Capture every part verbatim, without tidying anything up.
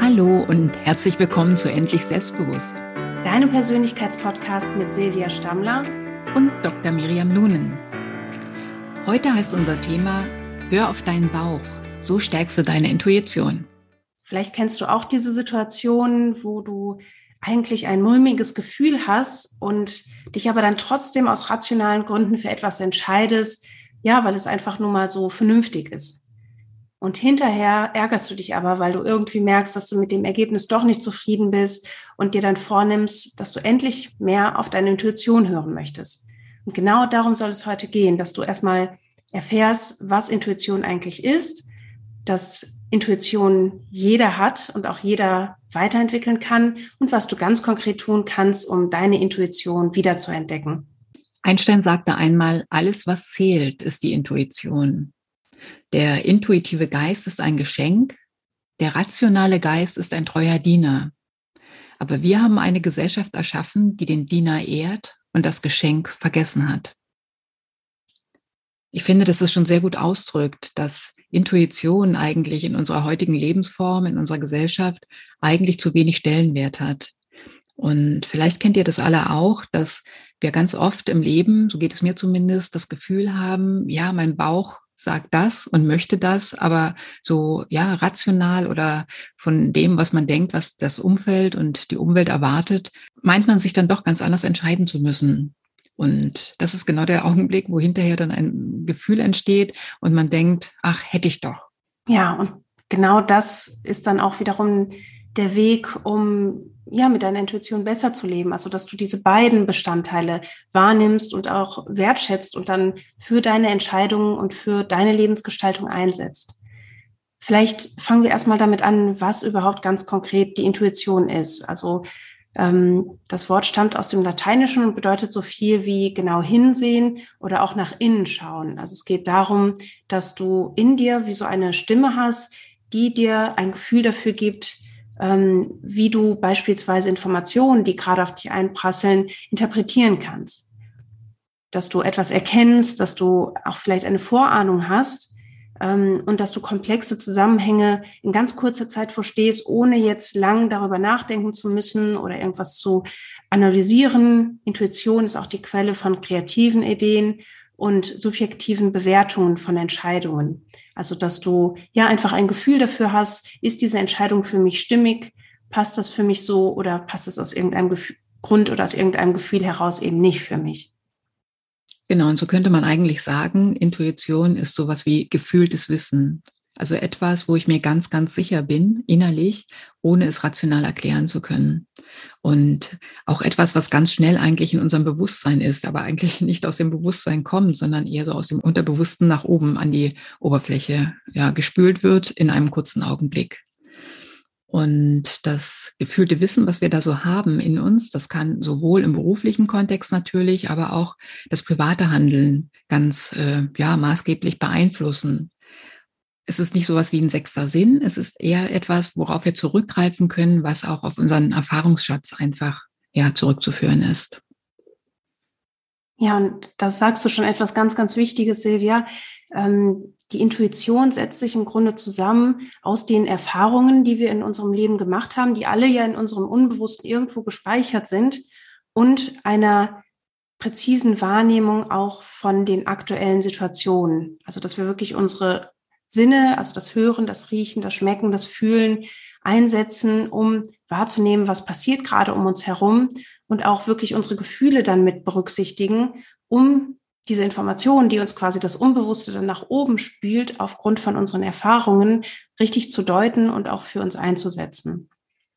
Hallo und herzlich willkommen zu Endlich Selbstbewusst. Deinem Persönlichkeitspodcast mit Silvia Stammler und Doktor Miriam Nunen. Heute heißt unser Thema: Hör auf deinen Bauch, so stärkst du deine Intuition. Vielleicht kennst du auch diese Situation, wo du eigentlich ein mulmiges Gefühl hast und dich aber dann trotzdem aus rationalen Gründen für etwas entscheidest, ja, weil es einfach nur mal so vernünftig ist. Und hinterher ärgerst du dich aber, weil du irgendwie merkst, dass du mit dem Ergebnis doch nicht zufrieden bist und dir dann vornimmst, dass du endlich mehr auf deine Intuition hören möchtest. Und genau darum soll es heute gehen, dass du erstmal erfährst, was Intuition eigentlich ist, dass Intuition jeder hat und auch jeder weiterentwickeln kann und was du ganz konkret tun kannst, um deine Intuition wiederzuentdecken. Einstein sagte einmal, alles, was zählt, ist die Intuition. Der intuitive Geist ist ein Geschenk, der rationale Geist ist ein treuer Diener. Aber wir haben eine Gesellschaft erschaffen, die den Diener ehrt und das Geschenk vergessen hat. Ich finde, dass es schon sehr gut ausdrückt, dass Intuition eigentlich in unserer heutigen Lebensform, in unserer Gesellschaft eigentlich zu wenig Stellenwert hat. Und vielleicht kennt ihr das alle auch, dass wir ganz oft im Leben, so geht es mir zumindest, das Gefühl haben, ja, mein Bauch sagt das und möchte das, aber so, ja, rational oder von dem, was man denkt, was das Umfeld und die Umwelt erwartet, meint man sich dann doch ganz anders entscheiden zu müssen. Und das ist genau der Augenblick, wo hinterher dann ein Gefühl entsteht und man denkt, ach, hätte ich doch. Ja, und genau das ist dann auch wiederum der Weg, um ja mit deiner Intuition besser zu leben. Also, dass du diese beiden Bestandteile wahrnimmst und auch wertschätzt und dann für deine Entscheidungen und für deine Lebensgestaltung einsetzt. Vielleicht fangen wir erstmal damit an, was überhaupt ganz konkret die Intuition ist. Also, ähm, das Wort stammt aus dem Lateinischen und bedeutet so viel wie genau hinsehen oder auch nach innen schauen. Also, es geht darum, dass du in dir wie so eine Stimme hast, die dir ein Gefühl dafür gibt, ähm, wie du beispielsweise Informationen, die gerade auf dich einprasseln, interpretieren kannst. Dass du etwas erkennst, dass du auch vielleicht eine Vorahnung hast ähm, und dass du komplexe Zusammenhänge in ganz kurzer Zeit verstehst, ohne jetzt lang darüber nachdenken zu müssen oder irgendwas zu analysieren. Intuition ist auch die Quelle von kreativen Ideen und subjektiven Bewertungen von Entscheidungen. Also, dass du ja einfach ein Gefühl dafür hast, ist diese Entscheidung für mich stimmig, passt das für mich so oder passt es aus irgendeinem Gefühl, Grund oder aus irgendeinem Gefühl heraus eben nicht für mich. Genau, und so könnte man eigentlich sagen, Intuition ist sowas wie gefühltes Wissen. Also etwas, wo ich mir ganz, ganz sicher bin, innerlich, ohne es rational erklären zu können. Und auch etwas, was ganz schnell eigentlich in unserem Bewusstsein ist, aber eigentlich nicht aus dem Bewusstsein kommt, sondern eher so aus dem Unterbewussten nach oben an die Oberfläche, ja, gespült wird in einem kurzen Augenblick. Und das gefühlte Wissen, was wir da so haben in uns, das kann sowohl im beruflichen Kontext natürlich, aber auch das private Handeln ganz äh, ja, maßgeblich beeinflussen. Es ist nicht sowas wie ein sechster Sinn, es ist eher etwas, worauf wir zurückgreifen können, was auch auf unseren Erfahrungsschatz einfach ja, zurückzuführen ist. Ja, und da sagst du schon etwas ganz, ganz Wichtiges, Silvia. Ähm, die Intuition setzt sich im Grunde zusammen aus den Erfahrungen, die wir in unserem Leben gemacht haben, die alle ja in unserem Unbewussten irgendwo gespeichert sind und einer präzisen Wahrnehmung auch von den aktuellen Situationen. Also, dass wir wirklich unsere Sinne, also das Hören, das Riechen, das Schmecken, das Fühlen einsetzen, um wahrzunehmen, was passiert gerade um uns herum und auch wirklich unsere Gefühle dann mit berücksichtigen, um diese Informationen, die uns quasi das Unbewusste dann nach oben spült, aufgrund von unseren Erfahrungen richtig zu deuten und auch für uns einzusetzen.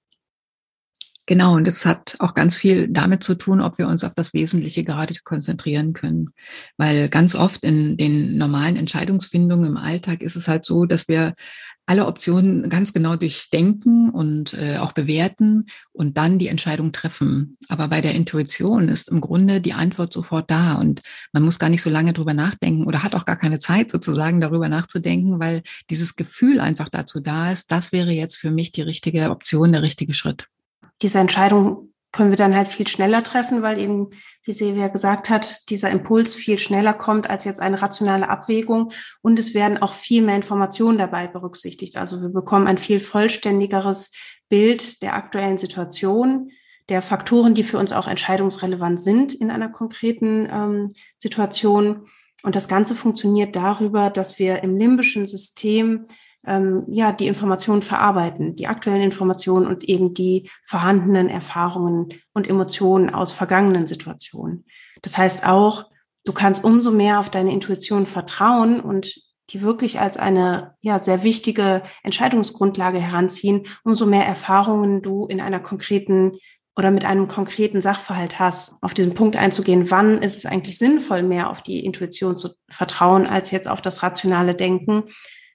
Genau, und es hat auch ganz viel damit zu tun, ob wir uns auf das Wesentliche gerade konzentrieren können. Weil ganz oft in den normalen Entscheidungsfindungen im Alltag ist es halt so, dass wir alle Optionen ganz genau durchdenken und äh, auch bewerten und dann die Entscheidung treffen. Aber bei der Intuition ist im Grunde die Antwort sofort da und man muss gar nicht so lange drüber nachdenken oder hat auch gar keine Zeit sozusagen darüber nachzudenken, weil dieses Gefühl einfach dazu da ist, das wäre jetzt für mich die richtige Option, der richtige Schritt. Diese Entscheidung können wir dann halt viel schneller treffen, weil eben, wie Silvia gesagt hat, dieser Impuls viel schneller kommt als jetzt eine rationale Abwägung. Und es werden auch viel mehr Informationen dabei berücksichtigt. Also wir bekommen ein viel vollständigeres Bild der aktuellen Situation, der Faktoren, die für uns auch entscheidungsrelevant sind in einer konkreten ähm, Situation. Und das Ganze funktioniert darüber, dass wir im limbischen System ähm, ja die Informationen verarbeiten, die aktuellen Informationen und eben die vorhandenen Erfahrungen und Emotionen aus vergangenen Situationen. Das heißt auch, du kannst umso mehr auf deine Intuition vertrauen und die wirklich als eine ja sehr wichtige Entscheidungsgrundlage heranziehen, umso mehr Erfahrungen du in einer konkreten oder mit einem konkreten Sachverhalt hast, auf diesen Punkt einzugehen, wann ist es eigentlich sinnvoll, mehr auf die Intuition zu vertrauen, als jetzt auf das rationale Denken.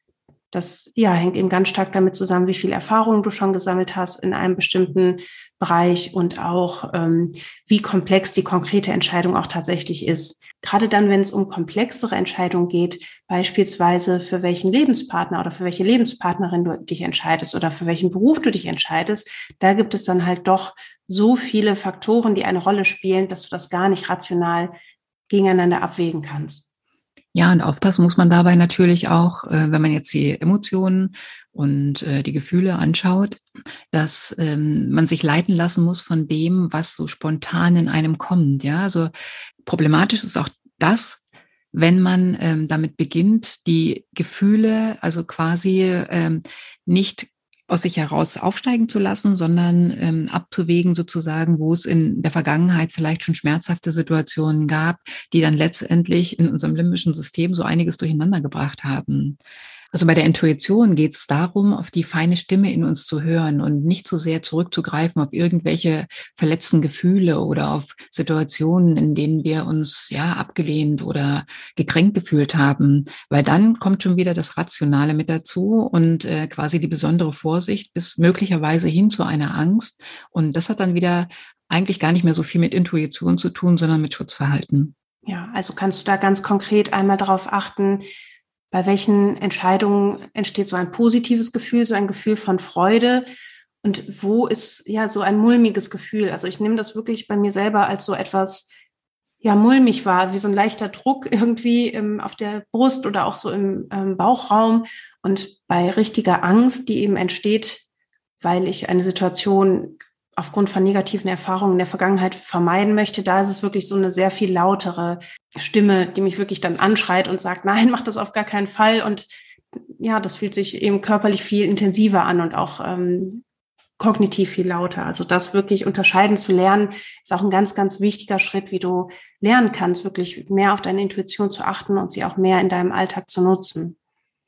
Das ja hängt eben ganz stark damit zusammen, wie viel Erfahrung du schon gesammelt hast in einem bestimmten Bereich und auch ähm, wie komplex die konkrete Entscheidung auch tatsächlich ist. Gerade dann, wenn es um komplexere Entscheidungen geht, beispielsweise für welchen Lebenspartner oder für welche Lebenspartnerin du dich entscheidest oder für welchen Beruf du dich entscheidest, da gibt es dann halt doch so viele Faktoren, die eine Rolle spielen, dass du das gar nicht rational gegeneinander abwägen kannst. Ja, und aufpassen muss man dabei natürlich auch, äh, wenn man jetzt die Emotionen und äh, die Gefühle anschaut, dass ähm, man sich leiten lassen muss von dem, was so spontan in einem kommt. Ja, also problematisch ist auch das, wenn man ähm, damit beginnt, die Gefühle, also quasi ähm, nicht aus sich heraus aufsteigen zu lassen, sondern ähm, abzuwägen sozusagen, wo es in der Vergangenheit vielleicht schon schmerzhafte Situationen gab, die dann letztendlich in unserem limbischen System so einiges durcheinander gebracht haben. Also bei der Intuition geht es darum, auf die feine Stimme in uns zu hören und nicht so sehr zurückzugreifen auf irgendwelche verletzten Gefühle oder auf Situationen, in denen wir uns ja abgelehnt oder gekränkt gefühlt haben, weil dann kommt schon wieder das Rationale mit dazu und äh, quasi die besondere Vorsicht bis möglicherweise hin zu einer Angst. Und das hat dann wieder eigentlich gar nicht mehr so viel mit Intuition zu tun, sondern mit Schutzverhalten. Ja, also kannst du da ganz konkret einmal darauf achten, bei welchen Entscheidungen entsteht so ein positives Gefühl, so ein Gefühl von Freude und wo ist ja so ein mulmiges Gefühl? Also ich nehme das wirklich bei mir selber als so etwas, ja, mulmig war, wie so ein leichter Druck irgendwie ähm, auf der Brust oder auch so im ähm, Bauchraum. Und bei richtiger Angst, die eben entsteht, weil ich eine Situation aufgrund von negativen Erfahrungen in der Vergangenheit vermeiden möchte, da ist es wirklich so eine sehr viel lautere Stimme, die mich wirklich dann anschreit und sagt, nein, mach das auf gar keinen Fall. Und ja, das fühlt sich eben körperlich viel intensiver an und auch ähm, kognitiv viel lauter. Also das wirklich unterscheiden zu lernen, ist auch ein ganz, ganz wichtiger Schritt, wie du lernen kannst, wirklich mehr auf deine Intuition zu achten und sie auch mehr in deinem Alltag zu nutzen.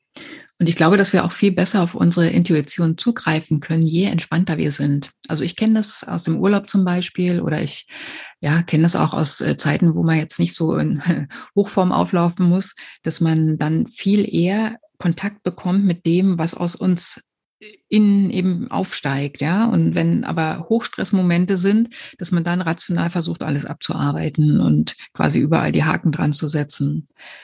Und ich glaube, dass wir auch viel besser auf unsere Intuition zugreifen können, je entspannter wir sind. Also ich kenne das aus dem Urlaub zum Beispiel oder ich ja, kenne das auch aus äh, Zeiten, wo man jetzt nicht so in Hochform auflaufen muss, dass man dann viel eher Kontakt bekommt mit dem, was aus uns innen eben aufsteigt, ja. Und wenn aber Hochstressmomente sind, dass man dann rational versucht, alles abzuarbeiten und quasi überall die Haken dran zu setzen.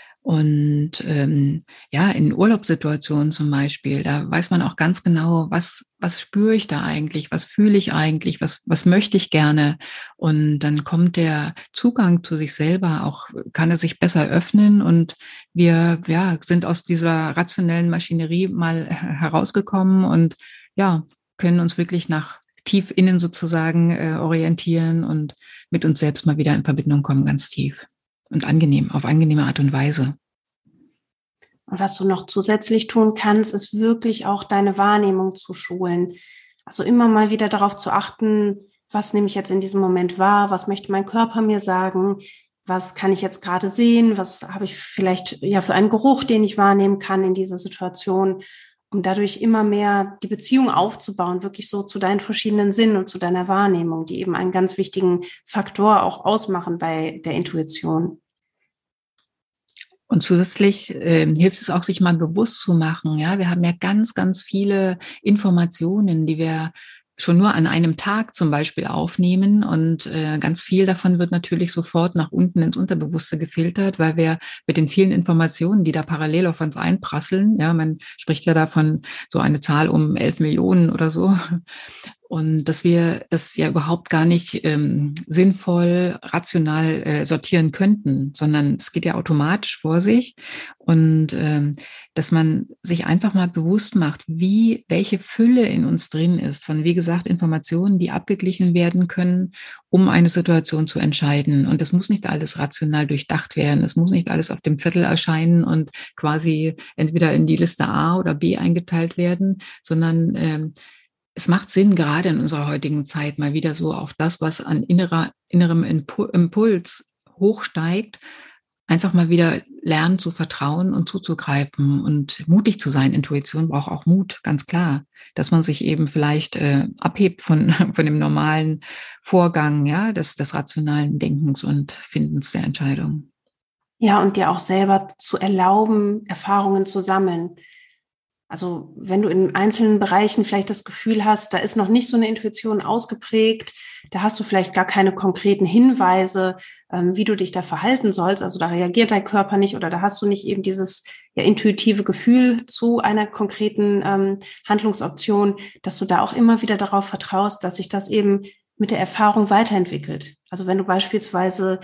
Und ähm, ja, in Urlaubssituationen zum Beispiel, da weiß man auch ganz genau, was was spüre ich da eigentlich, was fühle ich eigentlich, was was möchte ich gerne. Und dann kommt der Zugang zu sich selber auch, kann er sich besser öffnen und wir ja sind aus dieser rationellen Maschinerie mal herausgekommen und ja können uns wirklich nach tief innen sozusagen äh, orientieren und mit uns selbst mal wieder in Verbindung kommen, ganz tief. Und angenehm, auf angenehme Art und Weise. Und was du noch zusätzlich tun kannst, ist wirklich auch deine Wahrnehmung zu schulen. Also immer mal wieder darauf zu achten, was nehme ich jetzt in diesem Moment wahr, was möchte mein Körper mir sagen, was kann ich jetzt gerade sehen, was habe ich vielleicht ja für einen Geruch, den ich wahrnehmen kann in dieser Situation, um dadurch immer mehr die Beziehung aufzubauen, wirklich so zu deinen verschiedenen Sinnen und zu deiner Wahrnehmung, die eben einen ganz wichtigen Faktor auch ausmachen bei der Intuition. Und zusätzlich äh, hilft es auch, sich mal bewusst zu machen. Ja, wir haben ja ganz, ganz viele Informationen, die wir schon nur an einem Tag zum Beispiel aufnehmen. Und äh, ganz viel davon wird natürlich sofort nach unten ins Unterbewusste gefiltert, weil wir mit den vielen Informationen, die da parallel auf uns einprasseln, ja, man spricht ja da von so eine Zahl um elf Millionen oder so. Und dass wir das ja überhaupt gar nicht ähm, sinnvoll, rational äh, sortieren könnten, sondern es geht ja automatisch vor sich. Und ähm, dass man sich einfach mal bewusst macht, wie, welche Fülle in uns drin ist, von, wie gesagt, Informationen, die abgeglichen werden können, um eine Situation zu entscheiden. Und es muss nicht alles rational durchdacht werden. Es muss nicht alles auf dem Zettel erscheinen und quasi entweder in die Liste A oder B eingeteilt werden, sondern ähm, es macht Sinn, gerade in unserer heutigen Zeit mal wieder so auf das, was an innerer, innerem Impuls hochsteigt, einfach mal wieder lernen zu vertrauen und zuzugreifen und mutig zu sein. Intuition braucht auch Mut, ganz klar, dass man sich eben vielleicht äh, abhebt von, von dem normalen Vorgang, ja, des, des rationalen Denkens und Findens der Entscheidung. Ja, und dir auch selber zu erlauben, Erfahrungen zu sammeln. Also wenn du in einzelnen Bereichen vielleicht das Gefühl hast, da ist noch nicht so eine Intuition ausgeprägt, da hast du vielleicht gar keine konkreten Hinweise, ähm, wie du dich da verhalten sollst. Also da reagiert dein Körper nicht oder da hast du nicht eben dieses ja, intuitive Gefühl zu einer konkreten ähm, Handlungsoption, dass du da auch immer wieder darauf vertraust, dass sich das eben mit der Erfahrung weiterentwickelt. Also wenn du beispielsweise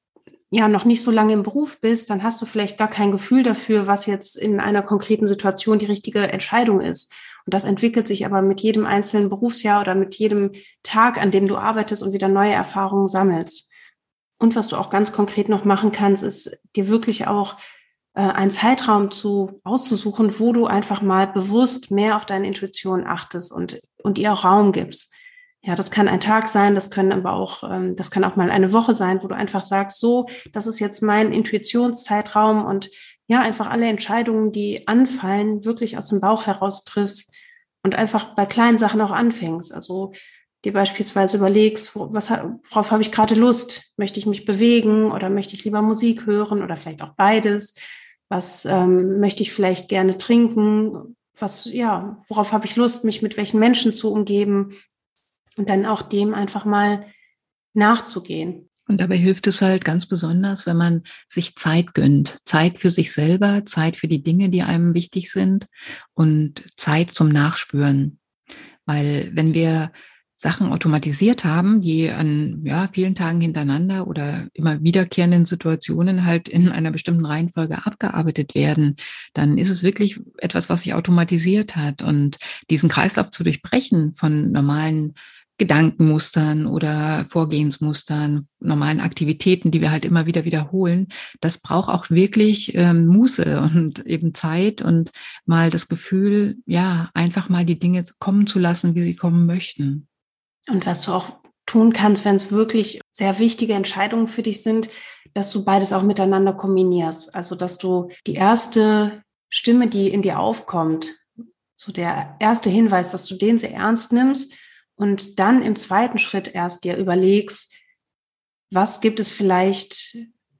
ja noch nicht so lange im Beruf bist, dann hast du vielleicht gar kein Gefühl dafür, was jetzt in einer konkreten Situation die richtige Entscheidung ist. Und das entwickelt sich aber mit jedem einzelnen Berufsjahr oder mit jedem Tag, an dem du arbeitest und wieder neue Erfahrungen sammelst. Und was du auch ganz konkret noch machen kannst, ist dir wirklich auch äh, einen Zeitraum zu auszusuchen, wo du einfach mal bewusst mehr auf deine Intuition achtest und, und ihr auch Raum gibst. Ja, das kann ein Tag sein, das können aber auch, ähm, das kann auch mal eine Woche sein, wo du einfach sagst, so, das ist jetzt mein Intuitionszeitraum und ja, einfach alle Entscheidungen, die anfallen, wirklich aus dem Bauch heraus triffst und einfach bei kleinen Sachen auch anfängst. Also dir beispielsweise überlegst, wo, was, worauf habe ich gerade Lust? Möchte ich mich bewegen oder möchte ich lieber Musik hören oder vielleicht auch beides? Was ähm, möchte ich vielleicht gerne trinken? Was, ja, worauf habe ich Lust, mich mit welchen Menschen zu umgeben? Und dann auch dem einfach mal nachzugehen. Und dabei hilft es halt ganz besonders, wenn man sich Zeit gönnt. Zeit für sich selber, Zeit für die Dinge, die einem wichtig sind und Zeit zum Nachspüren. Weil wenn wir Sachen automatisiert haben, die an ja, vielen Tagen hintereinander oder immer wiederkehrenden Situationen halt in einer bestimmten Reihenfolge abgearbeitet werden, dann ist es wirklich etwas, was sich automatisiert hat. Und diesen Kreislauf zu durchbrechen von normalen Gedankenmustern oder Vorgehensmustern, normalen Aktivitäten, die wir halt immer wieder wiederholen, das braucht auch wirklich ähm, Muße und eben Zeit und mal das Gefühl, ja, einfach mal die Dinge kommen zu lassen, wie sie kommen möchten. Und was du auch tun kannst, wenn es wirklich sehr wichtige Entscheidungen für dich sind, dass du beides auch miteinander kombinierst. Also, dass du die erste Stimme, die in dir aufkommt, so der erste Hinweis, dass du den sehr ernst nimmst und dann im zweiten Schritt erst dir überlegst, was gibt es vielleicht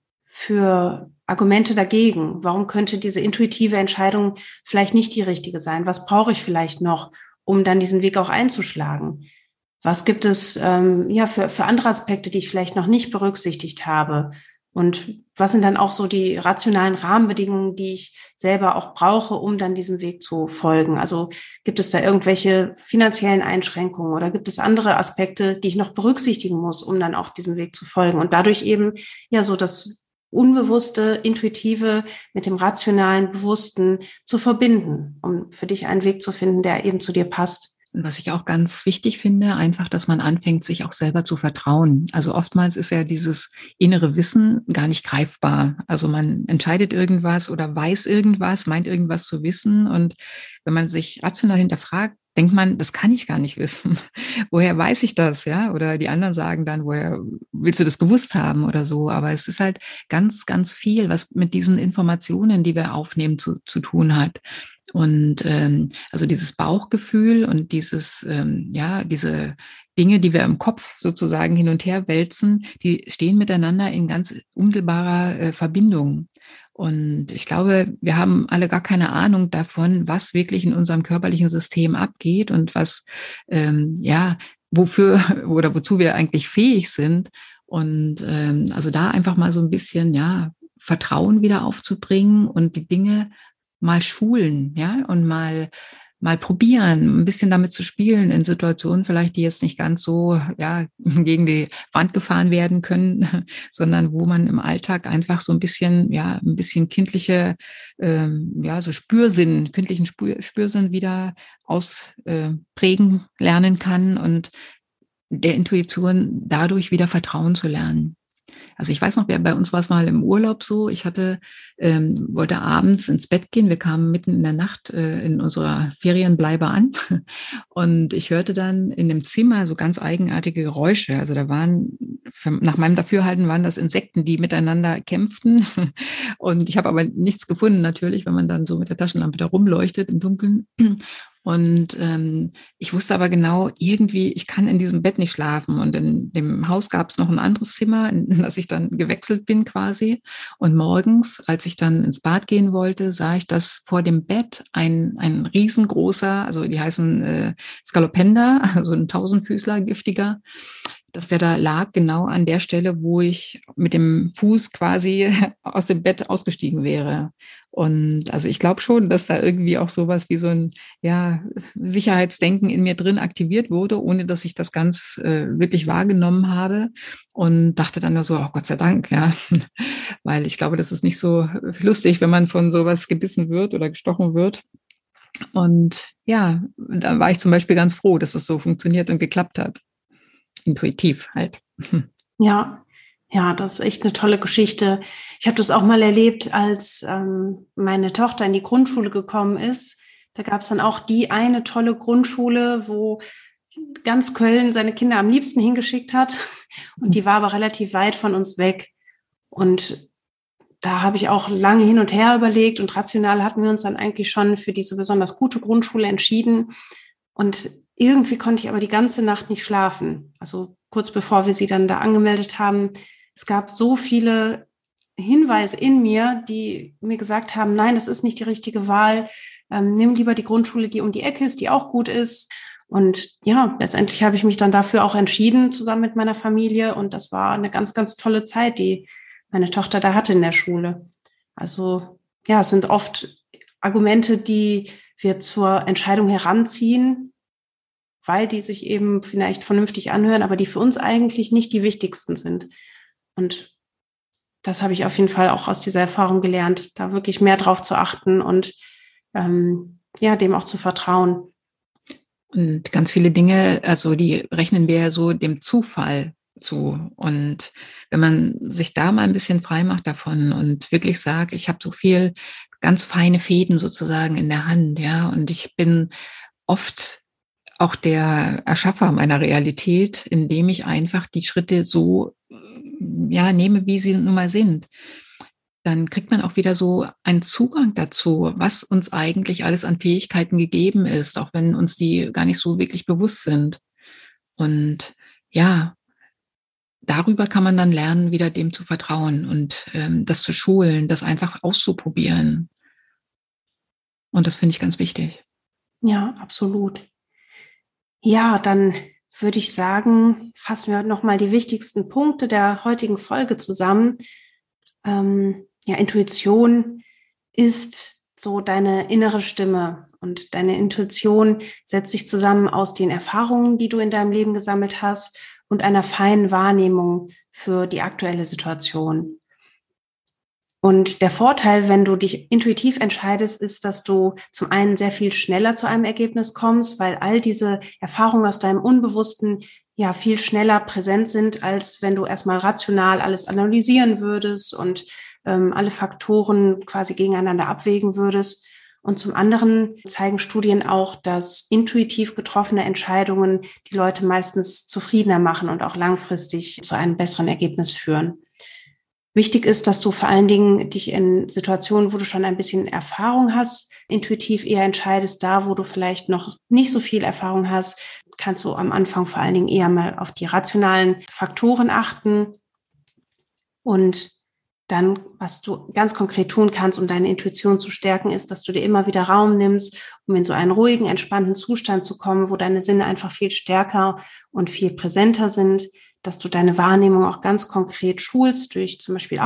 für Argumente dagegen? Warum könnte diese intuitive Entscheidung vielleicht nicht die richtige sein? Was brauche ich vielleicht noch, um dann diesen Weg auch einzuschlagen? Was gibt es ähm, ja für, für andere Aspekte, die ich vielleicht noch nicht berücksichtigt habe? Und was sind dann auch so die rationalen Rahmenbedingungen, die ich selber auch brauche, um dann diesem Weg zu folgen? Also gibt es da irgendwelche finanziellen Einschränkungen oder gibt es andere Aspekte, die ich noch berücksichtigen muss, um dann auch diesem Weg zu folgen? Und dadurch eben ja so das Unbewusste, Intuitive mit dem rationalen, Bewussten zu verbinden, um für dich einen Weg zu finden, der eben zu dir passt. Und was ich auch ganz wichtig finde, einfach, dass man anfängt, sich auch selber zu vertrauen. Also oftmals ist ja dieses innere Wissen gar nicht greifbar. Also man entscheidet irgendwas oder weiß irgendwas, meint irgendwas zu wissen. Und wenn man sich rational hinterfragt, denkt man, das kann ich gar nicht wissen. Woher weiß ich das? Ja? Oder die anderen sagen dann, woher willst du das gewusst haben oder so? Aber es ist halt ganz, ganz viel, was mit diesen Informationen, die wir aufnehmen, zu, zu tun hat. Und ähm, also dieses Bauchgefühl und dieses, ähm, ja, diese Dinge, die wir im Kopf sozusagen hin und her wälzen, die stehen miteinander in ganz unmittelbarer äh, Verbindung. Und ich glaube, wir haben alle gar keine Ahnung davon, was wirklich in unserem körperlichen System abgeht und was, ähm, ja, wofür oder wozu wir eigentlich fähig sind. Und ähm, also da einfach mal so ein bisschen, ja, Vertrauen wieder aufzubringen und die Dinge mal schulen, ja, und mal mal probieren, ein bisschen damit zu spielen in Situationen vielleicht, die jetzt nicht ganz so, ja, gegen die Wand gefahren werden können, sondern wo man im Alltag einfach so ein bisschen, ja, ein bisschen kindliche, ähm, ja, so Spürsinn, kindlichen Spür, Spürsinn wieder ausprägen äh, lernen kann und der Intuition dadurch wieder vertrauen zu lernen. Also ich weiß noch, bei uns war es mal im Urlaub so, ich hatte, ähm, wollte abends ins Bett gehen, wir kamen mitten in der Nacht äh, in unserer Ferienbleibe an und ich hörte dann in dem Zimmer so ganz eigenartige Geräusche. Also da waren, für, nach meinem Dafürhalten waren das Insekten, die miteinander kämpften und ich habe aber nichts gefunden natürlich, wenn man dann so mit der Taschenlampe da rumleuchtet im Dunkeln. Und ähm, ich wusste aber genau, irgendwie, ich kann in diesem Bett nicht schlafen. Und in dem Haus gab es noch ein anderes Zimmer, in das ich dann gewechselt bin quasi. Und morgens, als ich dann ins Bad gehen wollte, sah ich, dass vor dem Bett ein, ein riesengroßer, also die heißen äh, Skalopender, also ein Tausendfüßler, giftiger, dass der da lag, genau an der Stelle, wo ich mit dem Fuß quasi aus dem Bett ausgestiegen wäre. Und also ich glaube schon, dass da irgendwie auch sowas wie so ein, ja, Sicherheitsdenken in mir drin aktiviert wurde, ohne dass ich das ganz äh, wirklich wahrgenommen habe und dachte dann nur so, oh Gott sei Dank, ja, weil ich glaube, das ist nicht so lustig, wenn man von sowas gebissen wird oder gestochen wird. Und ja, da war ich zum Beispiel ganz froh, dass es so funktioniert und geklappt hat. Intuitiv halt. Ja, ja, das ist echt eine tolle Geschichte. Ich habe das auch mal erlebt, als ähm, meine Tochter in die Grundschule gekommen ist. Da gab es dann auch die eine tolle Grundschule, wo ganz Köln seine Kinder am liebsten hingeschickt hat. Und die war aber relativ weit von uns weg. Und da habe ich auch lange hin und her überlegt und rational hatten wir uns dann eigentlich schon für diese besonders gute Grundschule entschieden. Und irgendwie konnte ich aber die ganze Nacht nicht schlafen. Also kurz bevor wir sie dann da angemeldet haben, es gab so viele Hinweise in mir, die mir gesagt haben, nein, das ist nicht die richtige Wahl. Ähm, nimm lieber die Grundschule, die um die Ecke ist, die auch gut ist. Und ja, letztendlich habe ich mich dann dafür auch entschieden, zusammen mit meiner Familie. Und das war eine ganz, ganz tolle Zeit, die meine Tochter da hatte in der Schule. Also ja, es sind oft Argumente, die wir zur Entscheidung heranziehen, weil die sich eben vielleicht vernünftig anhören, aber die für uns eigentlich nicht die wichtigsten sind. Und das habe ich auf jeden Fall auch aus dieser Erfahrung gelernt, da wirklich mehr drauf zu achten und ähm, ja, dem auch zu vertrauen. Und ganz viele Dinge, also die rechnen wir ja so dem Zufall zu. Und wenn man sich da mal ein bisschen frei macht davon und wirklich sagt, ich habe so viel ganz feine Fäden sozusagen in der Hand, ja, und ich bin oft auch der Erschaffer meiner Realität, indem ich einfach die Schritte so, ja, nehme, wie sie nun mal sind. Dann kriegt man auch wieder so einen Zugang dazu, was uns eigentlich alles an Fähigkeiten gegeben ist, auch wenn uns die gar nicht so wirklich bewusst sind. Und ja, darüber kann man dann lernen, wieder dem zu vertrauen und ähm, das zu schulen, das einfach auszuprobieren. Und das finde ich ganz wichtig. Ja, absolut. Ja, dann würde ich sagen, fassen wir nochmal die wichtigsten Punkte der heutigen Folge zusammen. Ähm, ja, Intuition ist so deine innere Stimme und deine Intuition setzt sich zusammen aus den Erfahrungen, die du in deinem Leben gesammelt hast und einer feinen Wahrnehmung für die aktuelle Situation. Und der Vorteil, wenn du dich intuitiv entscheidest, ist, dass du zum einen sehr viel schneller zu einem Ergebnis kommst, weil all diese Erfahrungen aus deinem Unbewussten ja viel schneller präsent sind, als wenn du erstmal rational alles analysieren würdest und ähm, alle Faktoren quasi gegeneinander abwägen würdest. Und zum anderen zeigen Studien auch, dass intuitiv getroffene Entscheidungen die Leute meistens zufriedener machen und auch langfristig zu einem besseren Ergebnis führen. Wichtig ist, dass du vor allen Dingen dich in Situationen, wo du schon ein bisschen Erfahrung hast, intuitiv eher entscheidest. Da, wo du vielleicht noch nicht so viel Erfahrung hast, kannst du am Anfang vor allen Dingen eher mal auf die rationalen Faktoren achten. Und dann, was du ganz konkret tun kannst, um deine Intuition zu stärken, ist, dass du dir immer wieder Raum nimmst, um in so einen ruhigen, entspannten Zustand zu kommen, wo deine Sinne einfach viel stärker und viel präsenter sind, dass du deine Wahrnehmung auch ganz konkret schulst durch zum Beispiel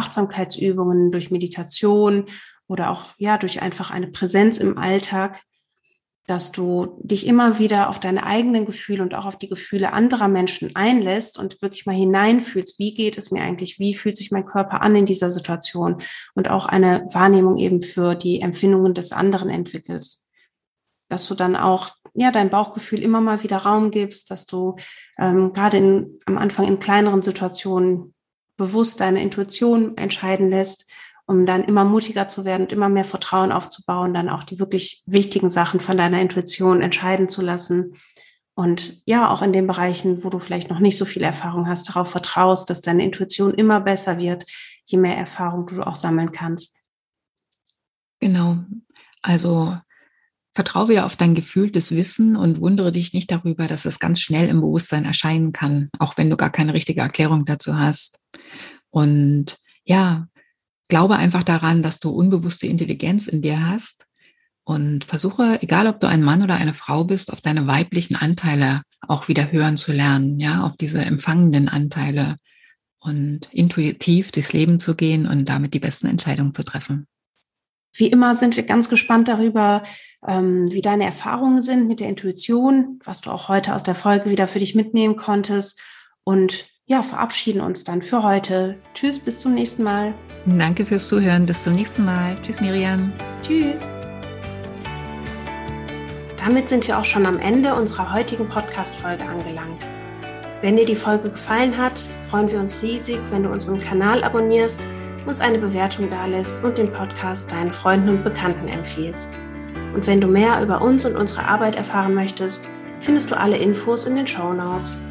Achtsamkeitsübungen, durch Meditation oder auch ja durch einfach eine Präsenz im Alltag. dass du dich immer wieder auf deine eigenen Gefühle und auch auf die Gefühle anderer Menschen einlässt und wirklich mal hineinfühlst, wie geht es mir eigentlich, wie fühlt sich mein Körper an in dieser Situation und auch eine Wahrnehmung eben für die Empfindungen des anderen entwickelst. Dass du dann auch ja dein Bauchgefühl immer mal wieder Raum gibst, dass du ähm, gerade in, am Anfang in kleineren Situationen bewusst deine Intuition entscheiden lässt, um dann immer mutiger zu werden und immer mehr Vertrauen aufzubauen, dann auch die wirklich wichtigen Sachen von deiner Intuition entscheiden zu lassen. Und ja, auch in den Bereichen, wo du vielleicht noch nicht so viel Erfahrung hast, darauf vertraust, dass deine Intuition immer besser wird, je mehr Erfahrung du auch sammeln kannst. Genau. Also vertraue wieder auf dein gefühltes Wissen und wundere dich nicht darüber, dass es ganz schnell im Bewusstsein erscheinen kann, auch wenn du gar keine richtige Erklärung dazu hast. Und ja, glaube einfach daran, dass du unbewusste Intelligenz in dir hast und versuche, egal ob du ein Mann oder eine Frau bist, auf deine weiblichen Anteile auch wieder hören zu lernen, ja, auf diese empfangenden Anteile und intuitiv durchs Leben zu gehen und damit die besten Entscheidungen zu treffen. Wie immer sind wir ganz gespannt darüber, ähm, wie deine Erfahrungen sind mit der Intuition, was du auch heute aus der Folge wieder für dich mitnehmen konntest und ja, verabschieden uns dann für heute. Tschüss, bis zum nächsten Mal. Danke fürs Zuhören. Bis zum nächsten Mal. Tschüss, Miriam. Tschüss. Damit sind wir auch schon am Ende unserer heutigen Podcast-Folge angelangt. Wenn dir die Folge gefallen hat, freuen wir uns riesig, wenn du unseren Kanal abonnierst, uns eine Bewertung dalässt und den Podcast deinen Freunden und Bekannten empfiehlst. Und wenn du mehr über uns und unsere Arbeit erfahren möchtest, findest du alle Infos in den Shownotes.